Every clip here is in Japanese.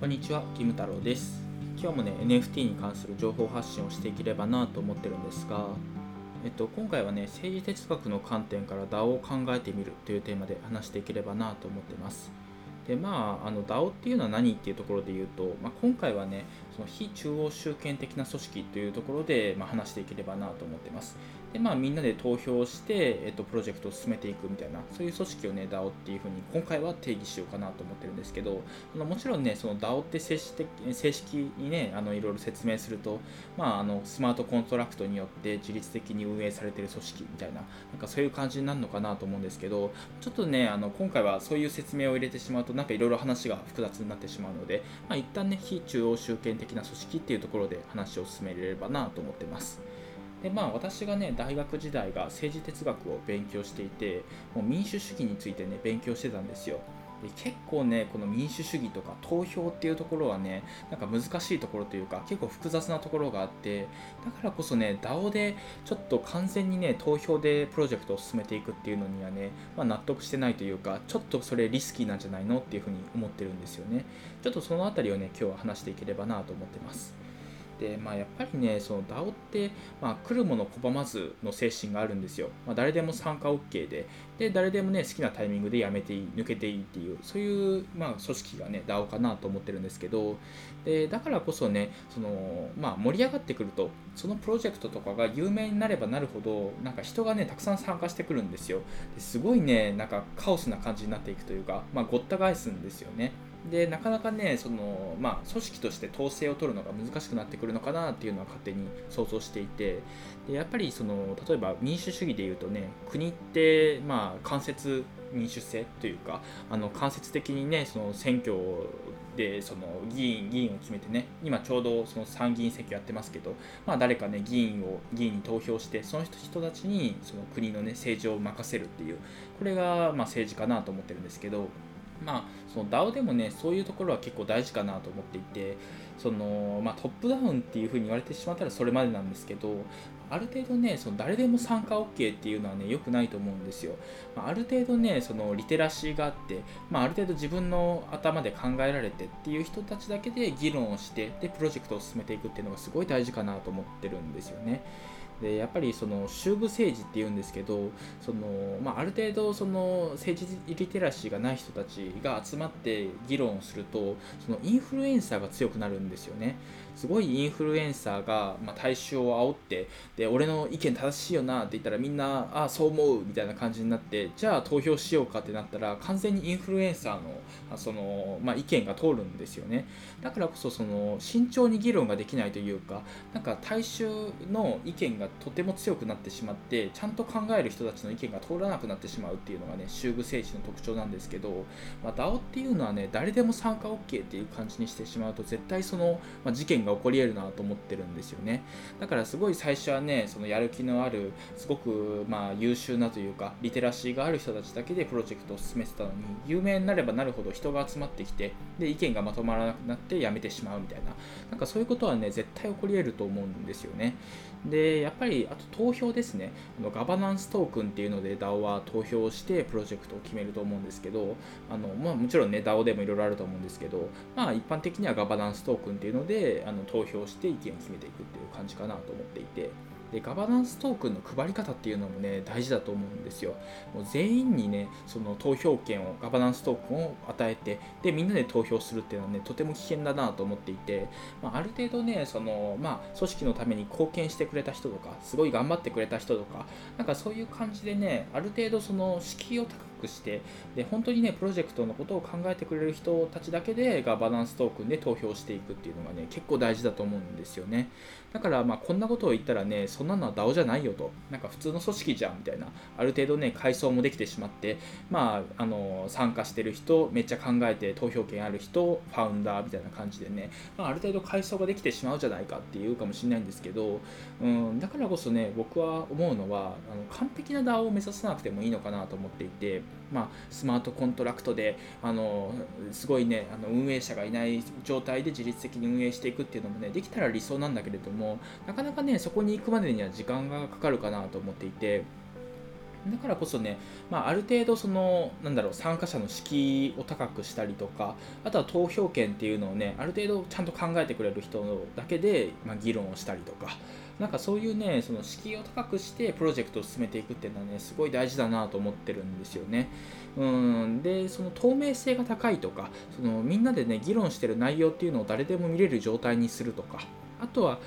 こんにちは、キム太郎です。今日もね、NFT に関する情報発信をしていければなと思ってるんですが、今回はね、政治哲学の観点から DAO を考えてみるというテーマで話していければなと思ってます。で、DAO っていうのは何っていうところで言うと、今回はね、その非中央集権的な組織というところで、話していければなと思ってます。で、みんなで投票して、プロジェクトを進めていくみたいな、そういう組織をね、DAO っていうふうに今回は定義しようかなと思ってるんですけど、もちろんね、その DAO って正式にね、いろいろ説明すると、スマートコントラクトによって自律的に運営されている組織みたいな、なんかそういう感じになるのかなと思うんですけど、ちょっとね、今回はそういう説明を入れてしまうと、なんかいろいろ話が複雑になってしまうので、一旦ね、非中央集権的な組織っていうところで話を進めれればなと思ってます。で私がね、大学時代が政治哲学を勉強していて、もう民主主義についてね、勉強してたんですよ。で結構ね、この民主主義とか投票っていうところはね、なんか難しいところというか、結構複雑なところがあって、だからこそね、DAO でちょっと完全にね、投票でプロジェクトを進めていくっていうのにはね、納得してないというか、ちょっとそれリスキーなんじゃないのっていうふうに思ってるんですよね。ちょっとそのあたりをね、今日は話していければなと思ってます。でやっぱりね、その DAO って、来るもの拒まずの精神があるんですよ。誰でも参加 OK で、誰でもね、好きなタイミングで辞めていい、抜けていいっていう、そういう、組織がね、DAO かなと思ってるんですけど、でだからこそね、盛り上がってくると、そのプロジェクトとかが有名になればなるほど、なんか人がね、たくさん参加してくるんですよ。ですごいね、なんかカオスな感じになっていくというか、ごった返すんですよね。でなかなかね、組織として統制を取るのが難しくなってくるのかなっていうのは勝手に想像していて、でやっぱり例えば民主主義でいうとね、国って間接民主制というか、間接的にね、その選挙でその議員を決めてね、今ちょうどその参議院選挙やってますけど、誰かね、議員に投票して、その人たちにその国のね、政治を任せるっていう、これが政治かなと思ってるんですけど、その DAO でもね、そういうところは結構大事かなと思っていて、トップダウンっていう風に言われてしまったらそれまでなんですけど、ある程度ね、その誰でも参加 OK っていうのはね、良くないと思うんですよ。ある程度ね、そのリテラシーがあって、ある程度自分の頭で考えられてっていう人たちだけで議論をして、でプロジェクトを進めていくっていうのがすごい大事かなと思ってるんですよね。でやっぱりその集部政治っていうんですけど、ある程度その政治リテラシーがない人たちが集まって議論をすると、そのインフルエンサーが強くなるんですよね。すごいインフルエンサーが、大衆を煽って、で俺の意見正しいよなって言ったら、みんなそう思うみたいな感じになって、じゃあ投票しようかってなったら、完全にインフルエンサーの意見が通るんですよね。だからこそ慎重に議論ができないというか、なんか大衆の意見がとても強くなってしまって、ちゃんと考える人たちの意見が通らなくなってしまうっていうのがね、集部政治の特徴なんですけど、DAO っていうのはね、誰でも参加 OK っていう感じにしてしまうと、絶対事件が起こり得るなと思ってるんですよね。だからすごい最初はね、そのやる気のある、すごく優秀なというか、リテラシーがある人たちだけでプロジェクトを進めてたのに、有名になればなるほど人が集まってきて、で意見がまとまらなくなってやめてしまうみたいな、なんかそういうことはね、絶対起こり得ると思うんですよね。でやっぱりあと投票ですね。ガバナンストークンっていうので DAO は投票してプロジェクトを決めると思うんですけど、もちろんね DAO でもいろいろあると思うんですけど、一般的にはガバナンストークンっていうので投票して意見を決めていくっていう感じかなと思っていて、でガバナンストークンの配り方っていうのもね、大事だと思うんですよ。もう全員にね、その投票権を、ガバナンストークンを与えて、でみんなで投票するっていうのはね、とても危険だなと思っていて、ある程度ね、組織のために貢献してくれた人とか、すごい頑張ってくれた人とか、なんかそういう感じでね、ある程度その敷居を高くして、で本当にね、プロジェクトのことを考えてくれる人たちだけでガバナンストークンで投票していくっていうのがね、結構大事だと思うんですよね。だからこんなことを言ったらね、そんなのは DAO じゃないよと、なんか普通の組織じゃんみたいな、ある程度ね、階層もできてしまって、参加してる人、めっちゃ考えて投票権ある人、ファウンダーみたいな感じでね、ある程度階層ができてしまうじゃないかっていうかもしれないんですけど、だからこそね、僕は思うのは、完璧な DAO を目指さなくてもいいのかなと思っていて、スマートコントラクトですごいね、運営者がいない状態で自律的に運営していくっていうのもね、できたら理想なんだけれども、なかなかね、そこに行くまでには時間がかかるかなと思っていて、 だからこそね、ある程度参加者の敷居を高くしたりとか、あとは投票権っていうのをね、ある程度ちゃんと考えてくれる人だけで、議論をしたりとか、そういうね、その敷居を高くしてプロジェクトを進めていくっていうのはね、すごい大事だなと思ってるんですよね。で、その透明性が高いとか、みんなでね、議論してる内容っていうのを誰でも見れる状態にするとか、あとは、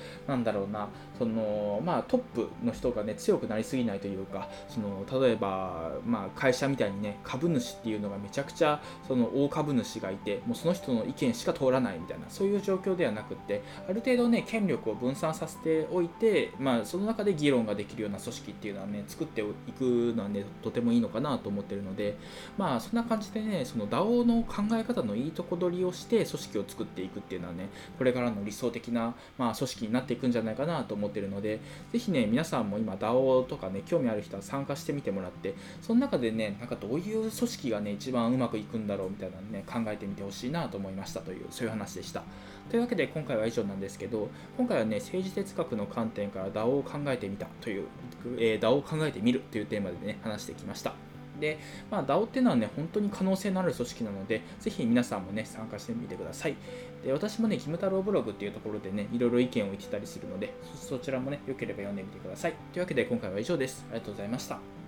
トップの人がね、強くなりすぎないというか、例えば、会社みたいにね、株主っていうのがめちゃくちゃ、大株主がいて、もうその人の意見しか通らないみたいな、そういう状況ではなくって、ある程度ね、権力を分散させておいて、その中で議論ができるような組織っていうのはね、作っていくのはね、とてもいいのかなと思ってるので、そんな感じでね、その DAO の考え方のいいとこ取りをして組織を作っていくっていうのはね、これからの理想的な、組織になっていくんじゃないかなと思っているので、ぜひね、皆さんも今 DAO とかね、興味ある人は参加してみてもらって、その中でね、どういう組織がね、一番うまくいくんだろうみたいなのね、考えてみてほしいなと思いましたという、そういう話でした。というわけで今回は以上なんですけど、今回はね、政治哲学の観点から DAO を考えてみたという、DAO を考えてみるというテーマでね、話してきました。で、DAO っていうのはね、本当に可能性のある組織なので、ぜひ皆さんもね、参加してみてください。で、私もね、キム太郎ブログっていうところでね、いろいろ意見を言ってたりするので、そちらもね、よければ読んでみてください。というわけで今回は以上です。ありがとうございました。